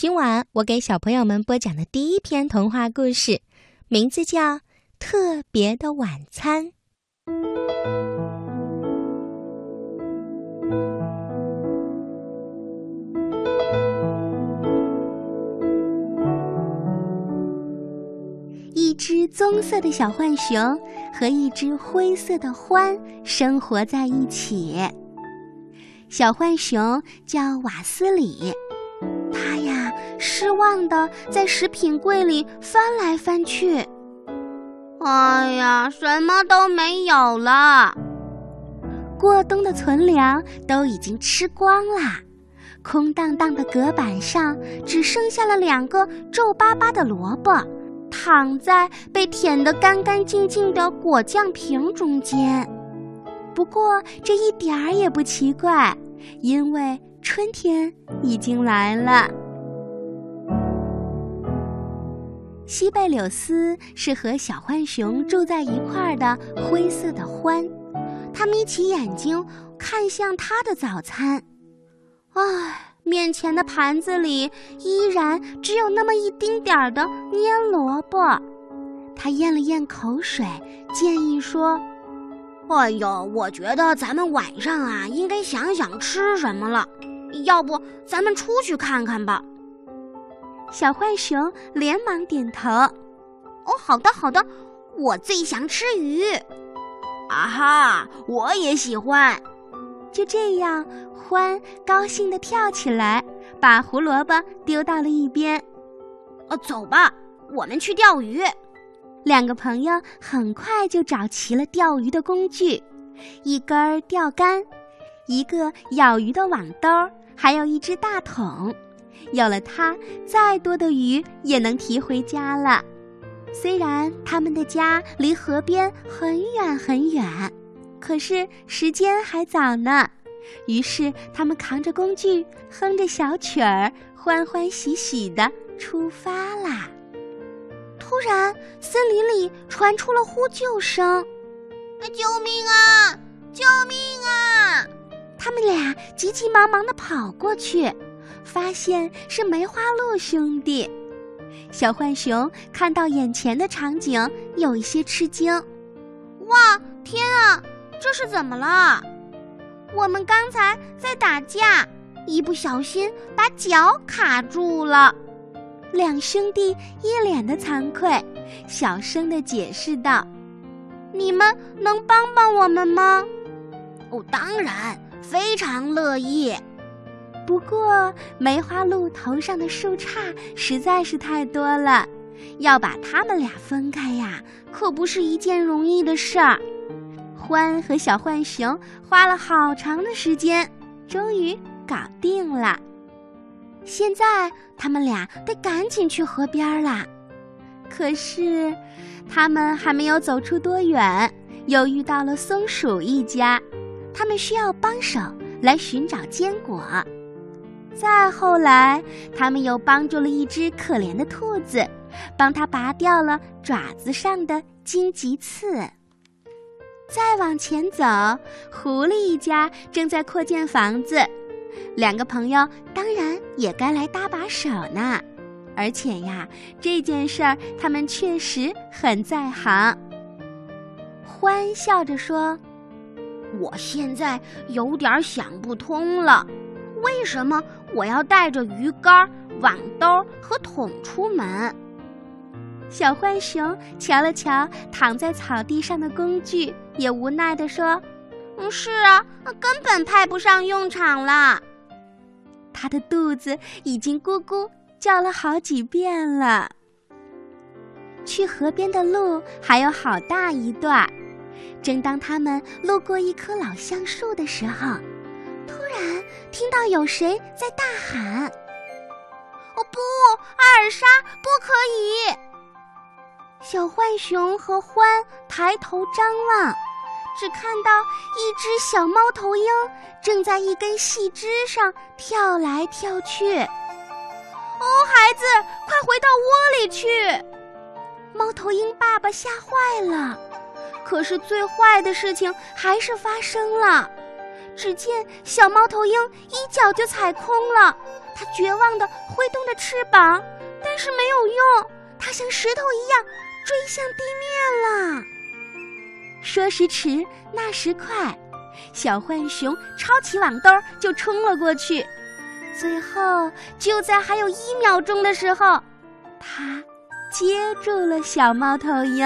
今晚我给小朋友们播讲的第一篇童话故事，名字叫《特别的晚餐》。一只棕色的小浣熊和一只灰色的獾生活在一起。小浣熊叫瓦斯里，它呀失望地在食品柜里翻来翻去。 哎呀，什么都没有了。 过冬的存粮都已经吃光啦，空荡荡的隔板上只剩下了2个皱巴巴的萝卜，躺在被舔得干干净净的果酱瓶中间。不过这一点儿也不奇怪，因为春天已经来了。西贝柳斯是和小浣熊住在一块儿的灰色的獾，他眯起眼睛看向他的早餐。面前的盘子里依然只有那么一丁点儿的蔫萝卜。他咽了咽口水，建议说： 哎呦，我觉得咱们晚上啊应该想想吃什么了，要不咱们出去看看吧。 小浣熊连忙点头。 好的好的，我最想吃鱼。啊哈，我也喜欢。 就这样，獾高兴地跳起来，把胡萝卜丢到了一边。 走吧，我们去钓鱼。 2个朋友很快就找齐了钓鱼的工具，一根钓竿，一个舀鱼的网兜，还有一只大桶。有了它，再多的鱼也能提回家了。虽然他们的家离河边很远很远，可是时间还早呢。于是他们扛着工具，哼着小曲儿，欢欢喜喜地出发啦。突然，森林里传出了呼救声： 救命啊！救命啊！ 他们俩急急忙忙地跑过去，发现是梅花鹿兄弟。小浣熊看到眼前的场景，有一些吃惊。 哇，天啊，这是怎么了？ 我们刚才在打架，一不小心把脚卡住了。2兄弟一脸的惭愧，小声地解释道：你们能帮帮我们吗？ 当然，非常乐意。 不过梅花鹿头上的树杈实在是太多了，要把他们俩分开呀，可不是一件容易的事儿。獾和小浣熊花了好长的时间，终于搞定了。现在他们俩得赶紧去河边啦。可是他们还没有走出多远，又遇到了松鼠一家，他们需要帮手来寻找坚果。再后来，他们又帮助了一只可怜的兔子，帮它拔掉了爪子上的荆棘刺。再往前走，狐狸一家正在扩建房子，2个朋友当然也该来搭把手呢。而且呀，这件事儿他们确实很在行。獾笑着说： 我现在有点想不通了，为什么我要带着鱼竿、网兜和桶出门？ 小浣熊瞧了瞧躺在草地上的工具，也无奈地说： 是啊，根本派不上用场了。 他的肚子已经咕咕叫了好几遍了。去河边的路还有好大一段，正当他们路过一棵老橡树的时候，突然听到有谁在大喊： 不，阿尔莎，不可以！ 小浣熊和獾抬头张望，只看到一只小猫头鹰正在一根细枝上跳来跳去。 孩子，快回到窝里去！ 猫头鹰爸爸吓坏了，可是最坏的事情还是发生了。只见小猫头鹰一脚就踩空了， 它绝望地挥动着翅膀，但是没有用，它像石头一样坠向地面了。 说时迟，那时快，小浣熊抄起网兜就冲了过去。最后，就在还有1秒钟的时候，它接住了小猫头鹰。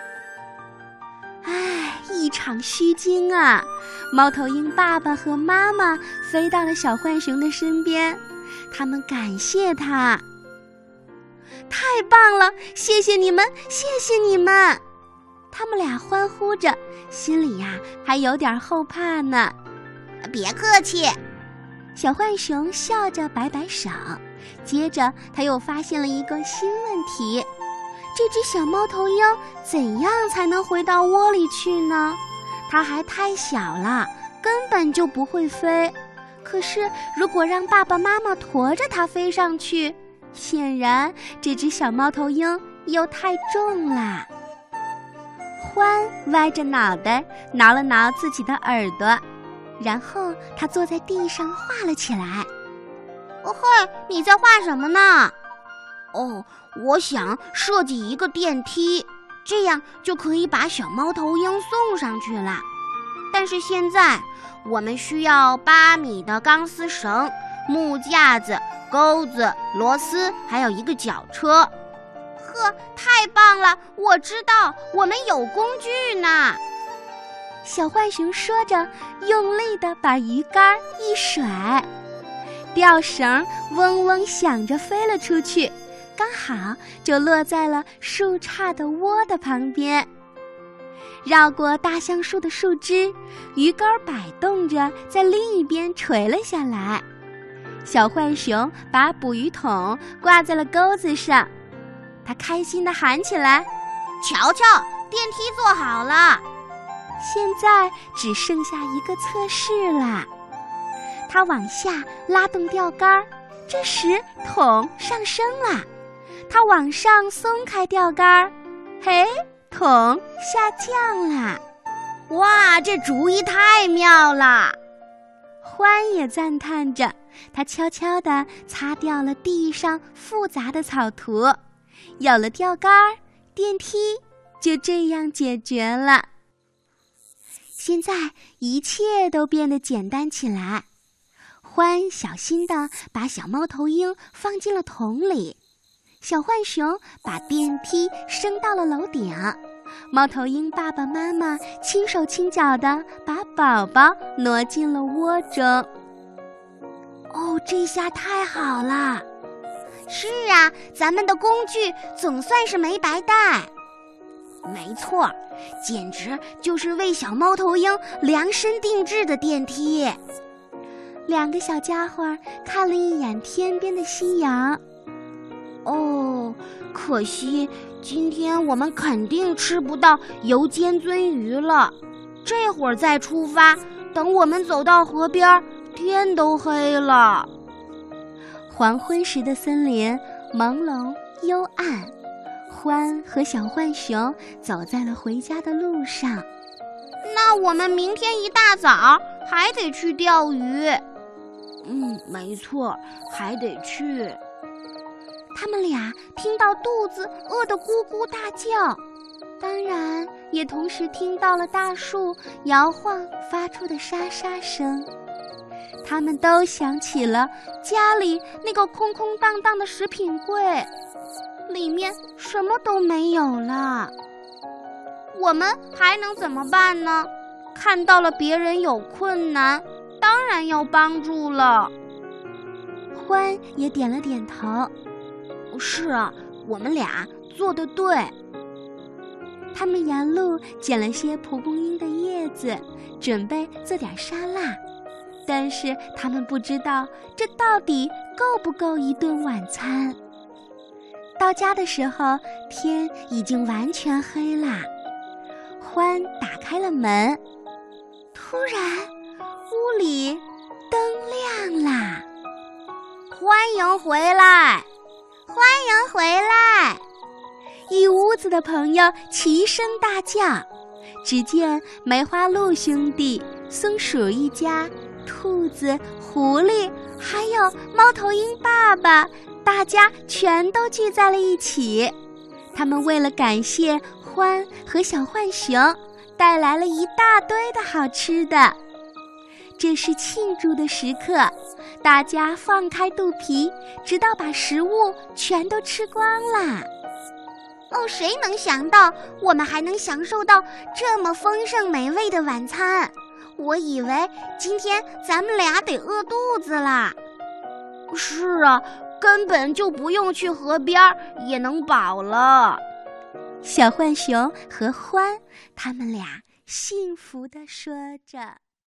唉，一场虚惊啊！猫头鹰爸爸和妈妈飞到了小浣熊的身边，他们感谢它。太棒了，谢谢你们，谢谢你们！他们俩欢呼着，心里呀还有点后怕呢。 别客气， 小浣熊笑着摆摆手。接着他又发现了一个新问题，这只小猫头鹰怎样才能回到窝里去呢？它还太小了，根本就不会飞。可是如果让爸爸妈妈驮着它飞上去，显然这只小猫头鹰又太重了。欢歪着脑袋挠了挠自己的耳朵，然后他坐在地上画了起来。 哦嘿，你在画什么呢？哦，我想设计一个电梯，这样就可以把小猫头鹰送上去了。但是现在我们需要8米的钢丝绳、木架子、钩子、螺丝，还有一个绞车。呵，太棒了！我知道，我们有工具呢。 小浣熊说着，用力地把鱼竿一甩，吊绳嗡嗡响着飞了出去，刚好就落在了树杈的窝的旁边。绕过大橡树的树枝，鱼竿摆动着在另一边垂了下来。小浣熊把捕鱼筒挂在了钩子上，他开心地喊起来： 瞧瞧，电梯做好了！ 现在只剩下一个测试了。他往下拉动钓竿，这时桶上升了。他往上松开钓竿，嘿，桶下降了。 哇，这主意太妙了！ 欢也赞叹着，他悄悄地擦掉了地上复杂的草图。有了钓竿，电梯就这样解决了。现在一切都变得简单起来。欢小心地把小猫头鹰放进了桶里，小浣熊把电梯升到了楼顶，猫头鹰爸爸妈妈轻手轻脚地把宝宝挪进了窝中。哦，这下太好了！ 是啊，咱们的工具总算是没白带。没错，简直就是为小猫头鹰量身定制的电梯。 2个小家伙看了一眼天边的夕阳。 哦，可惜今天我们肯定吃不到油煎鳟鱼了。这会儿再出发，等我们走到河边，天都黑了。 黄昏时的森林朦胧幽暗，欢和小浣熊走在了回家的路上。 那我们明天一大早还得去钓鱼。没错，还得去。 他们俩听到肚子饿得咕咕大叫，当然也同时听到了大树摇晃发出的沙沙声。他们都想起了家里那个空空荡荡的食品柜，里面什么都没有了。 我们还能怎么办呢？看到了别人有困难，当然要帮助了。 欢也点了点头。 是啊，我们俩做得对。 他们沿路捡了些蒲公英的叶子，准备做点沙拉。但是他们不知道这到底够不够一顿晚餐。到家的时候，天已经完全黑了。欢打开了门，突然屋里灯亮啦！ 欢迎回来，欢迎回来！ 一屋子的朋友齐声大叫。只见梅花鹿兄弟、松鼠一家、兔子、狐狸还有猫头鹰爸爸，大家全都聚在了一起。他们为了感谢獾和小浣熊，带来了一大堆的好吃的。这是庆祝的时刻，大家放开肚皮，直到把食物全都吃光啦。 哦，谁能想到我们还能享受到这么丰盛美味的晚餐？我以为今天咱们俩得饿肚子啦。是啊，根本就不用去河边也能饱了。 小浣熊和獾，他们俩幸福地说着。